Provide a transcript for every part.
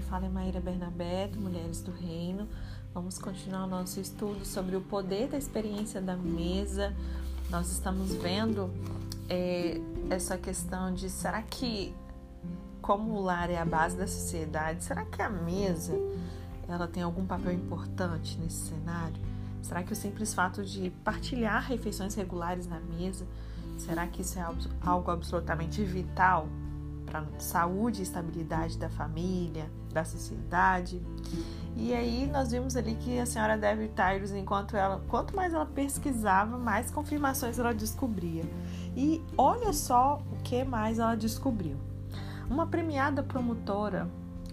fala é Maíra Bernabé, Mulheres do Reino. Vamos continuar o nosso estudo sobre o poder da experiência da mesa. Nós estamos vendo essa questão de será que, como o lar é a base da sociedade, será que a mesa ela tem algum papel importante nesse cenário? Será que o simples fato de partilhar refeições regulares na mesa, será que isso é algo absolutamente vital para a saúde e estabilidade da família, da sociedade? E aí nós vimos ali que a senhora Debbie Tyers, quanto mais ela pesquisava, mais confirmações ela descobria. E olha só o que mais ela descobriu. Uma premiada produtora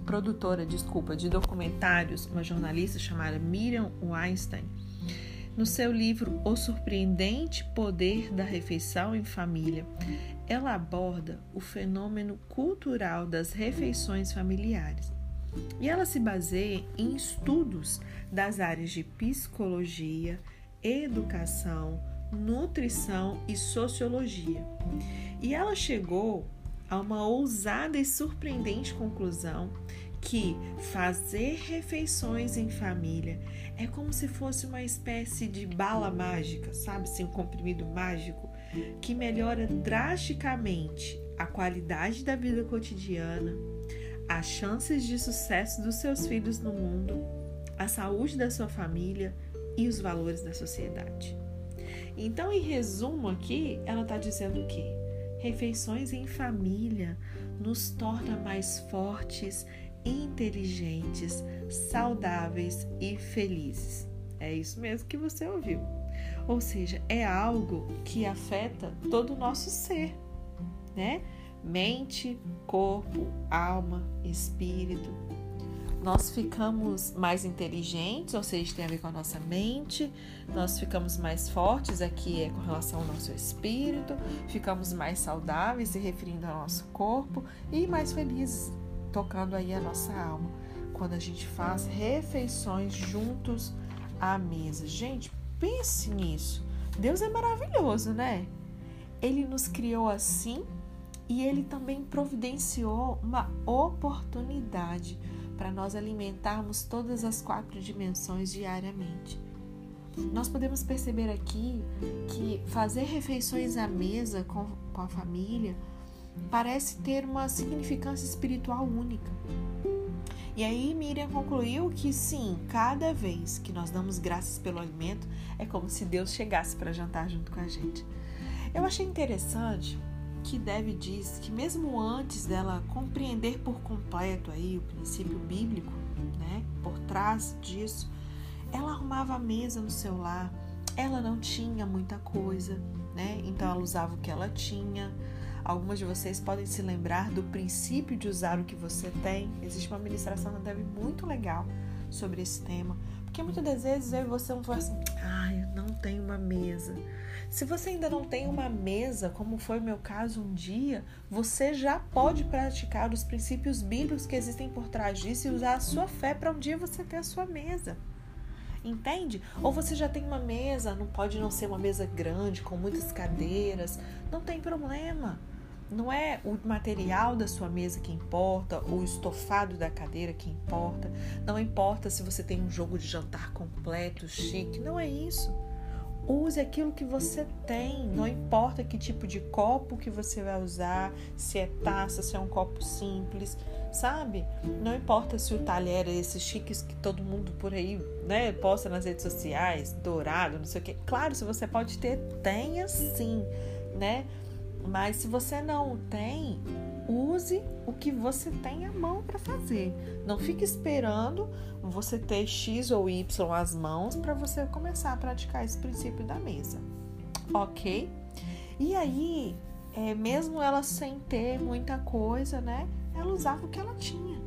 de documentários, uma jornalista chamada Miriam Weinstein, no seu livro O Surpreendente Poder da Refeição em Família, ela aborda o fenômeno cultural das refeições familiares. E ela se baseia em estudos das áreas de psicologia, educação, nutrição e sociologia. E ela chegou a uma ousada e surpreendente conclusão que fazer refeições em família é como se fosse uma espécie de bala mágica, sabe? Assim, um comprimido mágico que melhora drasticamente a qualidade da vida cotidiana, as chances de sucesso dos seus filhos no mundo, a saúde da sua família e os valores da sociedade. Então, em resumo aqui, ela está dizendo que refeições em família nos torna mais fortes, inteligentes, saudáveis e felizes. É isso mesmo que você ouviu. Ou seja, é algo que afeta todo o nosso ser, né? Mente, corpo, alma, espírito. Nós ficamos mais inteligentes, ou seja, tem a ver com a nossa mente. Nós ficamos mais fortes, aqui é com relação ao nosso espírito. Ficamos mais saudáveis, se referindo ao nosso corpo, e mais felizes, tocando aí a nossa alma, quando a gente faz refeições juntos à mesa. Gente, pense nisso. Deus é maravilhoso, né? Ele nos criou assim e Ele também providenciou uma oportunidade para nós alimentarmos todas as 4 dimensões diariamente. Nós podemos perceber aqui que fazer refeições à mesa com a família parece ter uma significância espiritual única. E aí Miriam concluiu que sim, cada vez que nós damos graças pelo alimento, é como se Deus chegasse para jantar junto com a gente. Eu achei interessante que Debbie diz que mesmo antes dela compreender por completo aí o princípio bíblico, né, por trás disso, ela arrumava a mesa no seu lar. Ela não tinha muita coisa, né? Então ela usava o que ela tinha. Algumas de vocês podem se lembrar do princípio de usar o que você tem. Existe uma ministração da Debbie muito legal sobre esse tema. Porque muitas das vezes eu e você vamos falar assim, eu não tenho uma mesa. Se você ainda não tem uma mesa, como foi o meu caso um dia, você já pode praticar os princípios bíblicos que existem por trás disso e usar a sua fé para um dia você ter a sua mesa. Entende? Ou você já tem uma mesa, não pode não ser uma mesa grande, com muitas cadeiras, não tem problema. Não é o material da sua mesa que importa, o estofado da cadeira que importa. Não importa se você tem um jogo de jantar completo, chique, não é isso. Use aquilo que você tem, não importa que tipo de copo que você vai usar, se é taça, se é um copo simples, sabe? Não importa se o talher é esses chiques que todo mundo por aí, né, posta nas redes sociais, dourado, não sei o quê. Claro, se você pode ter, tenha sim, né? Mas se você não tem, use o que você tem à mão para fazer. Não fique esperando você ter X ou Y às mãos para você começar a praticar esse princípio da mesa. Ok? E aí, mesmo ela sem ter muita coisa, né? Ela usava o que ela tinha.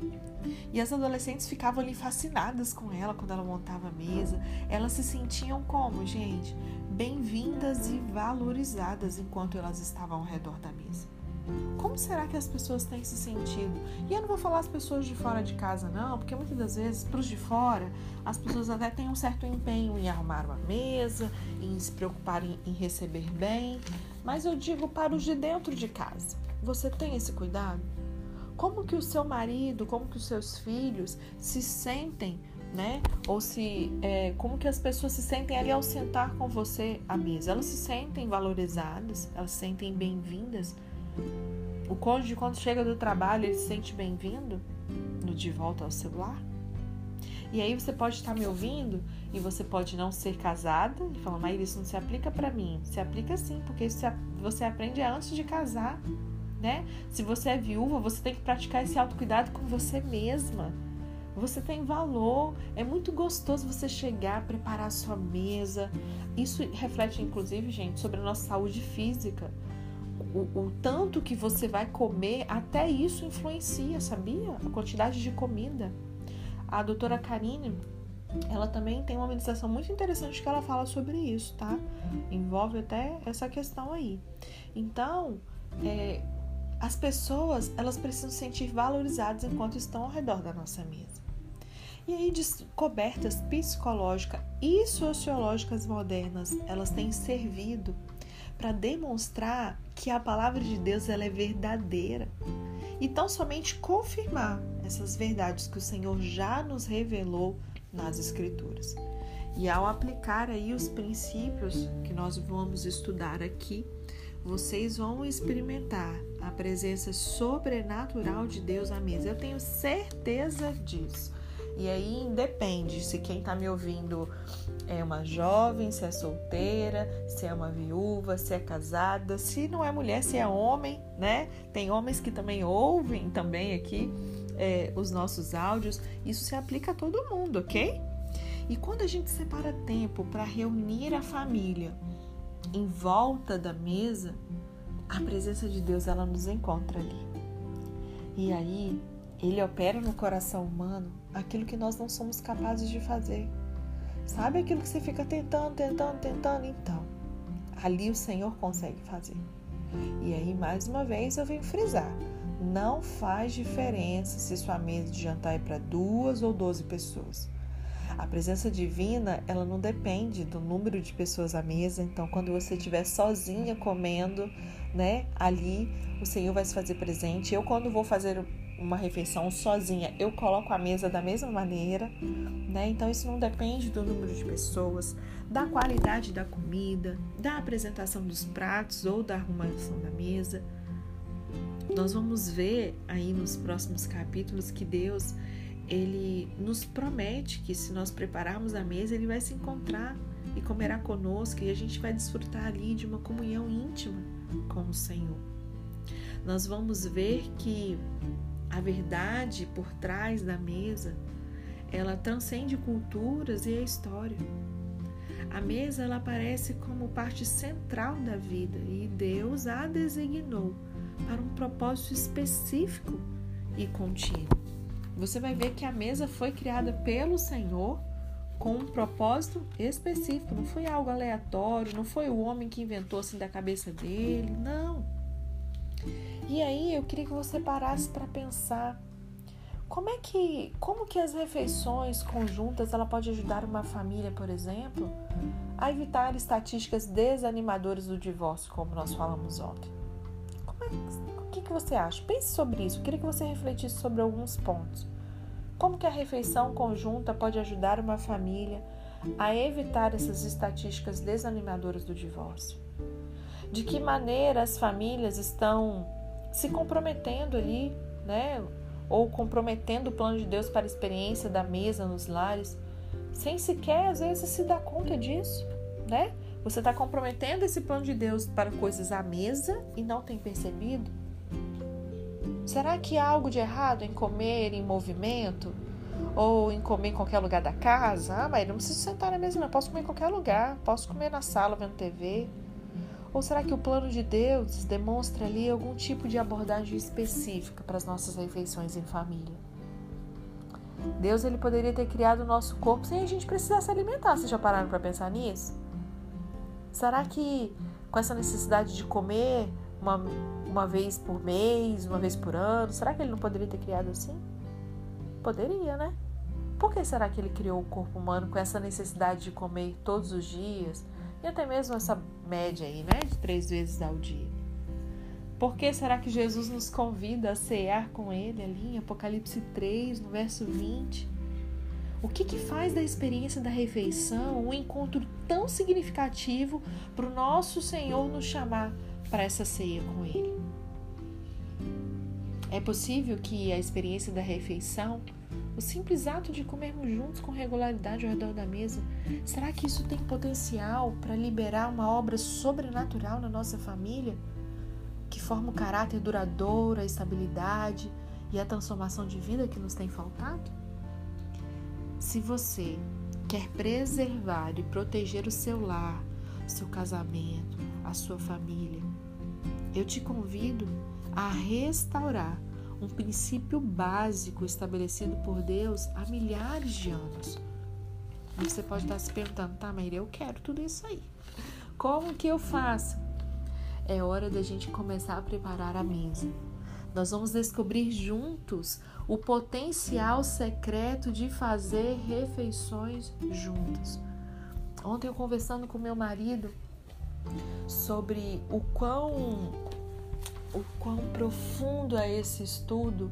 E as adolescentes ficavam ali fascinadas com ela quando ela montava a mesa. Elas se sentiam como, gente? Bem-vindas e valorizadas enquanto elas estavam ao redor da mesa. Como será que as pessoas têm se sentido? E eu não vou falar as pessoas de fora de casa não, porque muitas das vezes, para os de fora, as pessoas até têm um certo empenho em arrumar uma mesa, em se preocuparem em receber bem, mas eu digo para os de dentro de casa. Você tem esse cuidado? Como que o seu marido, como que os seus filhos se sentem, né? Ou como que as pessoas se sentem ali ao sentar com você à mesa? Elas se sentem valorizadas? Elas se sentem bem-vindas? O cônjuge, quando chega do trabalho, ele se sente bem-vindo de volta ao seu lar? E aí você pode estar me ouvindo e você pode não ser casada e falar, mas isso não se aplica para mim. Se aplica sim, porque isso você aprende antes de casar, né? Se você é viúva, você tem que praticar esse autocuidado com você mesma. Você tem valor, é muito gostoso você chegar, preparar a sua mesa. Isso reflete, inclusive, gente, sobre a nossa saúde física. O tanto que você vai comer, até isso influencia, sabia? A quantidade de comida. A doutora Karine, ela também tem uma meditação muito interessante que ela fala sobre isso, tá? Envolve até essa questão aí. Então, as pessoas, elas precisam se sentir valorizadas enquanto estão ao redor da nossa mesa. E aí, descobertas psicológicas e sociológicas modernas, elas têm servido para demonstrar que a palavra de Deus ela é verdadeira. E tão somente confirmar essas verdades que o Senhor já nos revelou nas Escrituras. E ao aplicar aí os princípios que nós vamos estudar aqui, vocês vão experimentar a presença sobrenatural de Deus à mesa. Eu tenho certeza disso. E aí independe se quem está me ouvindo é uma jovem, se é solteira, se é uma viúva, se é casada, se não é mulher, se é homem, né? Tem homens que também ouvem também aqui os nossos áudios. Isso se aplica a todo mundo, ok? E quando a gente separa tempo para reunir a família em volta da mesa, a presença de Deus ela nos encontra ali. E aí Ele opera no coração humano aquilo que nós não somos capazes de fazer. Sabe aquilo que você fica tentando? Então, ali o Senhor consegue fazer. E aí, mais uma vez, eu venho frisar. Não faz diferença se sua mesa de jantar é para 2 ou 12 pessoas. A presença divina, ela não depende do número de pessoas à mesa. Então, quando você estiver sozinha comendo, né, ali, o Senhor vai se fazer presente. Eu, quando vou fazer uma refeição sozinha, eu coloco a mesa da mesma maneira, né? Então isso não depende do número de pessoas, da qualidade da comida, da apresentação dos pratos ou da arrumação da mesa. Nós vamos ver aí nos próximos capítulos que Deus, Ele nos promete que se nós prepararmos a mesa, Ele vai se encontrar e comerá conosco e a gente vai desfrutar ali de uma comunhão íntima com o Senhor. Nós vamos ver que a verdade por trás da mesa, ela transcende culturas e a história. A mesa, ela aparece como parte central da vida e Deus a designou para um propósito específico e contínuo. Você vai ver que a mesa foi criada pelo Senhor com um propósito específico. Não foi algo aleatório, não foi o homem que inventou assim da cabeça dele, não. E aí eu queria que você parasse para pensar como que as refeições conjuntas ela pode ajudar uma família, por exemplo, a evitar estatísticas desanimadoras do divórcio, como nós falamos ontem. O que você acha? Pense sobre isso. Eu queria que você refletisse sobre alguns pontos. Como que a refeição conjunta pode ajudar uma família a evitar essas estatísticas desanimadoras do divórcio? De que maneira as famílias estão se comprometendo ali, né? Ou comprometendo o plano de Deus para a experiência da mesa nos lares, sem sequer, às vezes, se dar conta disso, né? Você está comprometendo esse plano de Deus para coisas à mesa e não tem percebido? Será que há algo de errado em comer em movimento? Ou em comer em qualquer lugar da casa? Mas não preciso sentar na mesa, não. Posso comer em qualquer lugar. Posso comer na sala, vendo TV. Ou será que o plano de Deus demonstra ali algum tipo de abordagem específica para as nossas refeições em família? Deus, ele poderia ter criado o nosso corpo sem a gente precisar se alimentar. Vocês já pararam para pensar nisso? Será que com essa necessidade de comer uma vez por mês, uma vez por ano, será que ele não poderia ter criado assim? Poderia, né? Por que será que ele criou o corpo humano com essa necessidade de comer todos os dias? E até mesmo essa média aí, né? De 3 vezes ao dia. Por que será que Jesus nos convida a cear com Ele ali em Apocalipse 3, no verso 20? O que faz da experiência da refeição um encontro tão significativo para o nosso Senhor nos chamar para essa ceia com Ele? É possível que a experiência da refeição, o simples ato de comermos juntos com regularidade ao redor da mesa, será que isso tem potencial para liberar uma obra sobrenatural na nossa família, que forma o caráter duradouro, a estabilidade e a transformação de vida que nos tem faltado? Se você quer preservar e proteger o seu lar, seu casamento, a sua família, eu te convido a restaurar um princípio básico estabelecido por Deus há milhares de anos. E você pode estar se perguntando, tá, Maíra, eu quero tudo isso aí. Como que eu faço? É hora da gente começar a preparar a mesa. Nós vamos descobrir juntos o potencial secreto de fazer refeições juntos. Ontem eu conversando com meu marido sobre o quão profundo é esse estudo,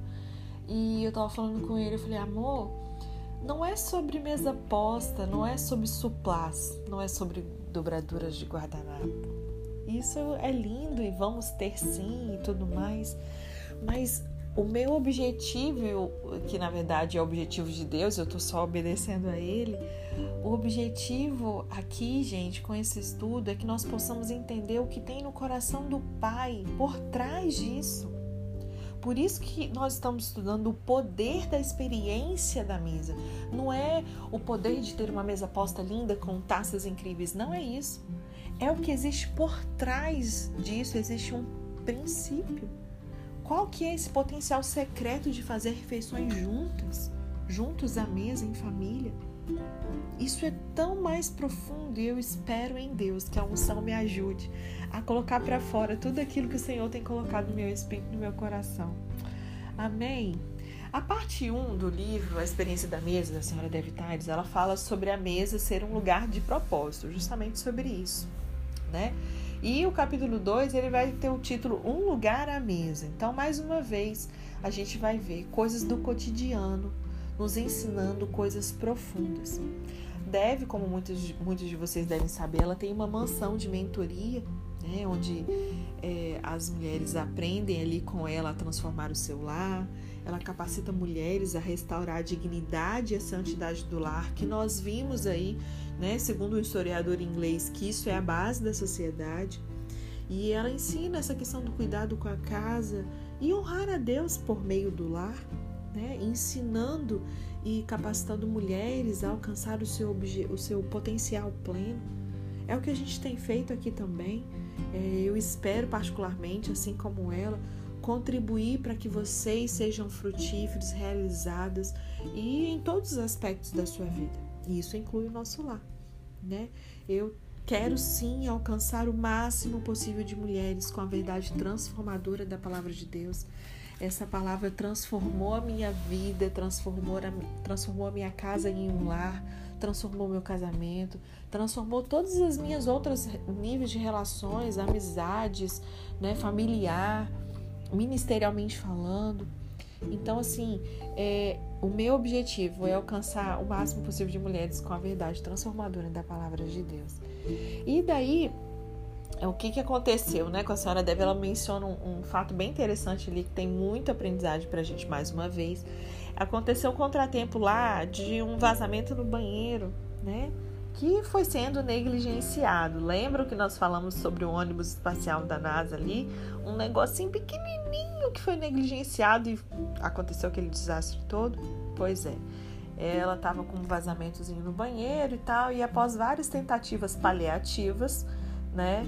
e eu tava falando com ele, eu falei, amor, não é sobre mesa posta, não é sobre suplás, não é sobre dobraduras de guardanapo. Isso é lindo e vamos ter sim e tudo mais, mas o meu objetivo, que na verdade é o objetivo de Deus, eu tô só obedecendo a Ele, o objetivo aqui, gente, com esse estudo é que nós possamos entender o que tem no coração do Pai por trás disso. Por isso que nós estamos estudando o poder da experiência da mesa. Não é o poder de ter uma mesa posta linda com taças incríveis, não é isso. É o que existe por trás disso, existe um princípio. Qual que é esse potencial secreto de fazer refeições juntos à mesa, em família? Isso é tão mais profundo e eu espero em Deus que a unção me ajude a colocar para fora tudo aquilo que o Senhor tem colocado no meu espírito, no meu coração. Amém? A parte 1 do livro, A Experiência da Mesa, da senhora Devi Tales, ela fala sobre a mesa ser um lugar de propósito, justamente sobre isso, né? E o capítulo 2, ele vai ter o título Um Lugar à Mesa. Então, mais uma vez, a gente vai ver coisas do cotidiano, nos ensinando coisas profundas. Devi, como muitos de vocês devem saber, ela tem uma mansão de mentoria, né, onde as mulheres aprendem ali com ela a transformar o seu lar. Ela capacita mulheres a restaurar a dignidade e a santidade do lar, que nós vimos aí, né, segundo um historiador inglês, que isso é a base da sociedade. E ela ensina essa questão do cuidado com a casa e honrar a Deus por meio do lar, né, ensinando e capacitando mulheres a alcançar o seu potencial pleno. É o que a gente tem feito aqui também. Eu espero particularmente, assim como ela, contribuir para que vocês sejam frutíferos, realizadas e em todos os aspectos da sua vida. E isso inclui o nosso lar, né? Eu quero sim alcançar o máximo possível de mulheres com a verdade transformadora da palavra de Deus. Essa palavra transformou a minha vida, transformou a minha casa em um lar, transformou meu casamento, transformou todas as minhas outras níveis de relações, amizades, né, familiar, ministerialmente falando. Então, assim, o meu objetivo é alcançar o máximo possível de mulheres com a verdade transformadora da palavra de Deus. E daí, o que aconteceu, né, com a senhora Devi? Ela menciona um fato bem interessante ali, que tem muita aprendizagem pra gente mais uma vez. Aconteceu um contratempo lá de um vazamento no banheiro, né, que foi sendo negligenciado. Lembram que nós falamos sobre o ônibus espacial da NASA ali? Um negocinho pequenininho que foi negligenciado e aconteceu aquele desastre todo? Pois é. Ela estava com um vazamentozinho no banheiro e tal, e após várias tentativas paliativas, né,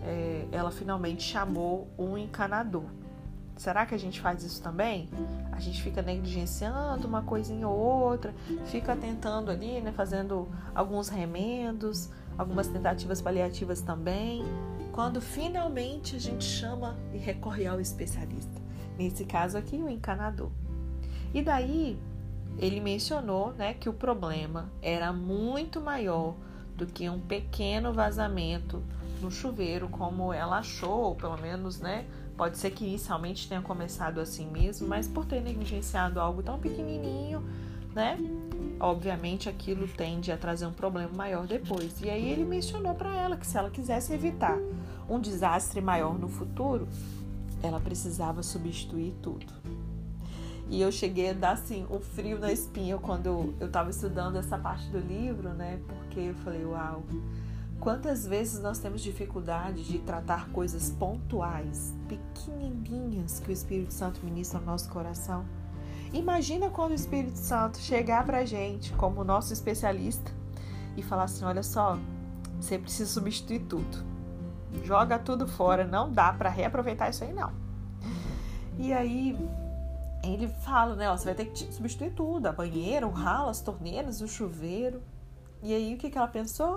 ela finalmente chamou um encanador. Será que a gente faz isso também? A gente fica negligenciando uma coisinha ou outra, fica tentando ali, né, fazendo alguns remendos, algumas tentativas paliativas também, quando finalmente a gente chama e recorre ao especialista. Nesse caso aqui, o encanador. E daí, ele mencionou, né, que o problema era muito maior do que um pequeno vazamento mesmo chuveiro como ela achou, ou pelo menos, né? Pode ser que inicialmente tenha começado assim mesmo, mas por ter negligenciado algo tão pequenininho, né? Obviamente aquilo tende a trazer um problema maior depois. E aí ele mencionou para ela que se ela quisesse evitar um desastre maior no futuro, ela precisava substituir tudo. E eu cheguei a dar assim um frio na espinha quando eu estava estudando essa parte do livro, né? Porque eu falei, uau, quantas vezes nós temos dificuldade de tratar coisas pontuais, pequenininhas que o Espírito Santo ministra no nosso coração. Imagina quando o Espírito Santo chegar pra gente como nosso especialista e falar assim, olha só, você precisa substituir tudo. Joga tudo fora, não dá para reaproveitar isso aí não. E aí ele fala, né, ó, você vai ter que substituir tudo, a banheira, o ralo, as torneiras, o chuveiro. E aí o que ela pensou?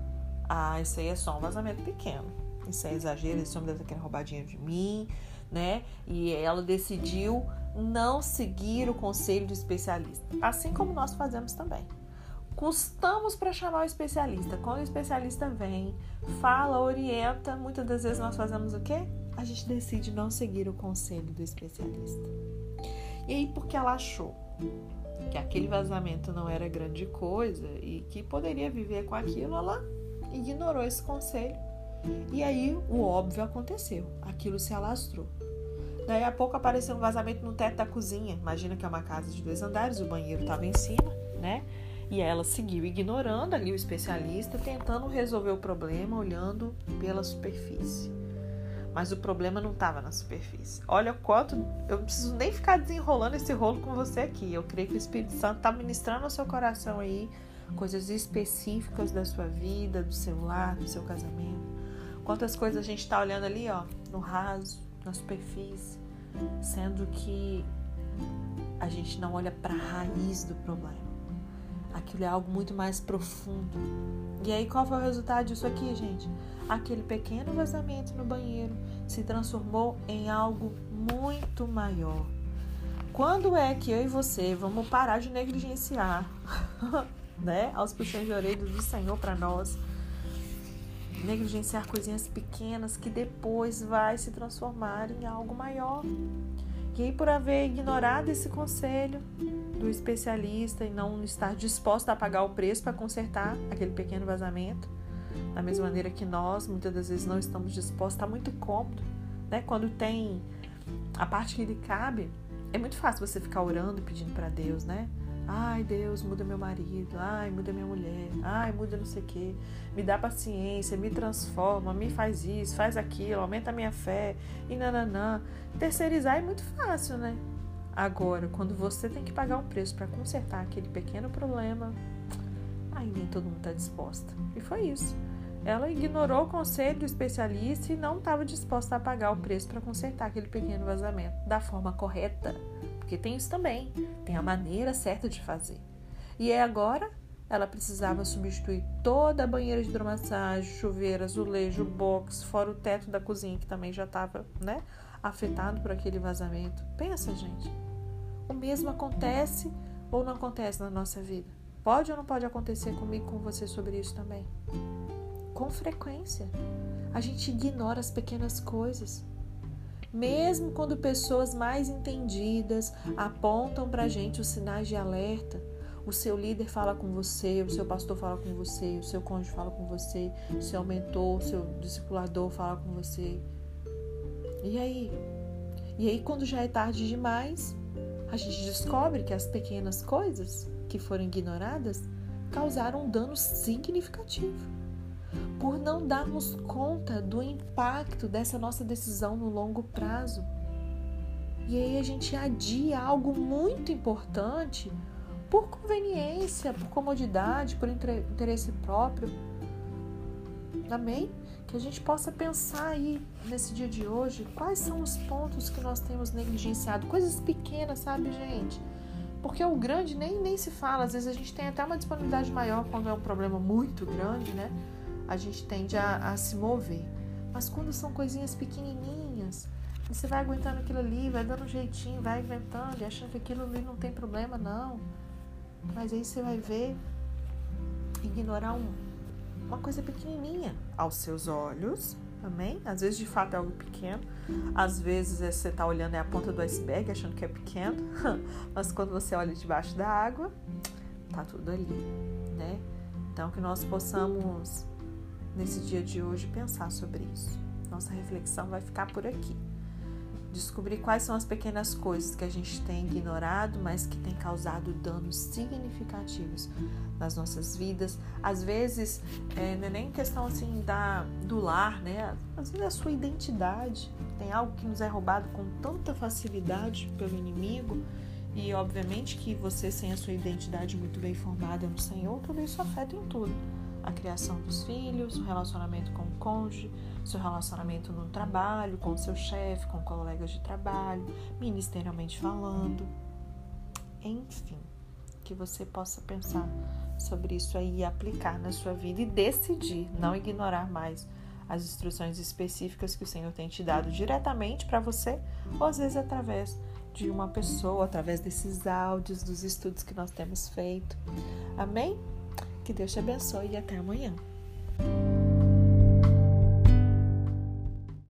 Ah, isso aí é só um vazamento pequeno. Isso é exagero, esse homem deve estar querendo roubar dinheiro de mim, né? E ela decidiu não seguir o conselho do especialista. Assim como nós fazemos também. Custamos para chamar o especialista. Quando o especialista vem, fala, orienta, muitas das vezes nós fazemos o quê? A gente decide não seguir o conselho do especialista. E aí, porque ela achou que aquele vazamento não era grande coisa e que poderia viver com aquilo, ela ignorou esse conselho. E aí, o óbvio aconteceu. Aquilo se alastrou. Daí a pouco apareceu um vazamento no teto da cozinha. Imagina que é uma casa de 2 andares, o banheiro estava em cima, né? E ela seguiu ignorando ali o especialista, tentando resolver o problema, olhando pela superfície. Mas o problema não estava na superfície. Olha quanto... Eu não preciso nem ficar desenrolando esse rolo com você aqui. Eu creio que o Espírito Santo está ministrando ao seu coração aí coisas específicas da sua vida, do seu lar, do seu casamento. Quantas coisas a gente está olhando ali, ó, no raso, na superfície, sendo que a gente não olha para a raiz do problema. Aquilo é algo muito mais profundo. E aí, qual foi o resultado disso aqui, gente? Aquele pequeno vazamento no banheiro se transformou em algo muito maior. Quando é que eu e você vamos parar de negligenciar, né, aos puxões de orelha do Senhor para nós? Negligenciar coisinhas pequenas que depois vai se transformar em algo maior. E aí, por haver ignorado esse conselho do especialista e não estar disposta a pagar o preço para consertar aquele pequeno vazamento, da mesma maneira que nós, muitas das vezes, não estamos dispostos, está muito cômodo, né? Quando tem a parte que lhe cabe, é muito fácil você ficar orando e pedindo para Deus, né? Ai, Deus, muda meu marido. Ai, muda minha mulher. Ai, muda não sei o quê. Me dá paciência, me transforma, me faz isso, faz aquilo, aumenta a minha fé. E nananã. Terceirizar é muito fácil, né? Agora, quando você tem que pagar um preço para consertar aquele pequeno problema, aí nem todo mundo está disposta. E foi isso. Ela ignorou o conselho do especialista e não estava disposta a pagar o preço para consertar aquele pequeno vazamento da forma correta. Porque tem isso também, tem a maneira certa de fazer. E agora ela precisava substituir toda a banheira de hidromassagem, chuveiro, azulejo, box, fora o teto da cozinha que também já estava, né, afetado por aquele vazamento. Pensa, gente, o mesmo acontece ou não acontece na nossa vida? Pode ou não pode acontecer comigo, com você sobre isso também? Com frequência, a gente ignora as pequenas coisas. Mesmo quando pessoas mais entendidas apontam pra gente os sinais de alerta, o seu líder fala com você, o seu pastor fala com você, o seu cônjuge fala com você, o seu mentor, o seu discipulador fala com você. E aí? E aí, quando já é tarde demais, a gente descobre que as pequenas coisas que foram ignoradas causaram um dano significativo. Por não darmos conta do impacto dessa nossa decisão no longo prazo. E aí a gente adia algo muito importante por conveniência, por comodidade, por interesse próprio. Amém? Que a gente possa pensar aí, nesse dia de hoje, quais são os pontos que nós temos negligenciado. Coisas pequenas, sabe, gente? Porque o grande nem se fala. Às vezes a gente tem até uma disponibilidade maior quando é um problema muito grande, né? A gente tende a se mover. Mas quando são coisinhas pequenininhas, você vai aguentando aquilo ali, vai dando um jeitinho, vai inventando e achando que aquilo ali não tem problema, não. Mas aí você vai ver, ignorar uma coisa pequenininha aos seus olhos, amém? Às vezes, de fato, é algo pequeno. Às vezes, você está olhando a ponta do iceberg, achando que é pequeno. Mas quando você olha debaixo da água, tá tudo ali, né? Então, que nós possamos, nesse dia de hoje, pensar sobre isso. Nossa reflexão vai ficar por aqui. Descobrir quais são as pequenas coisas que a gente tem ignorado, mas que tem causado danos significativos nas nossas vidas. Às vezes, não é nem questão assim do lar, né? Às vezes é a sua identidade. Tem algo que nos é roubado com tanta facilidade pelo inimigo. E, obviamente, que você, sem a sua identidade muito bem formada no Senhor, tudo isso afeta em tudo. A criação dos filhos, o relacionamento com o cônjuge, seu relacionamento no trabalho, com o seu chefe, com colegas de trabalho, ministerialmente falando. Enfim, que você possa pensar sobre isso aí e aplicar na sua vida e decidir não ignorar mais as instruções específicas que o Senhor tem te dado diretamente para você, ou às vezes através de uma pessoa, através desses áudios, dos estudos que nós temos feito. Amém? Que Deus te abençoe e até amanhã.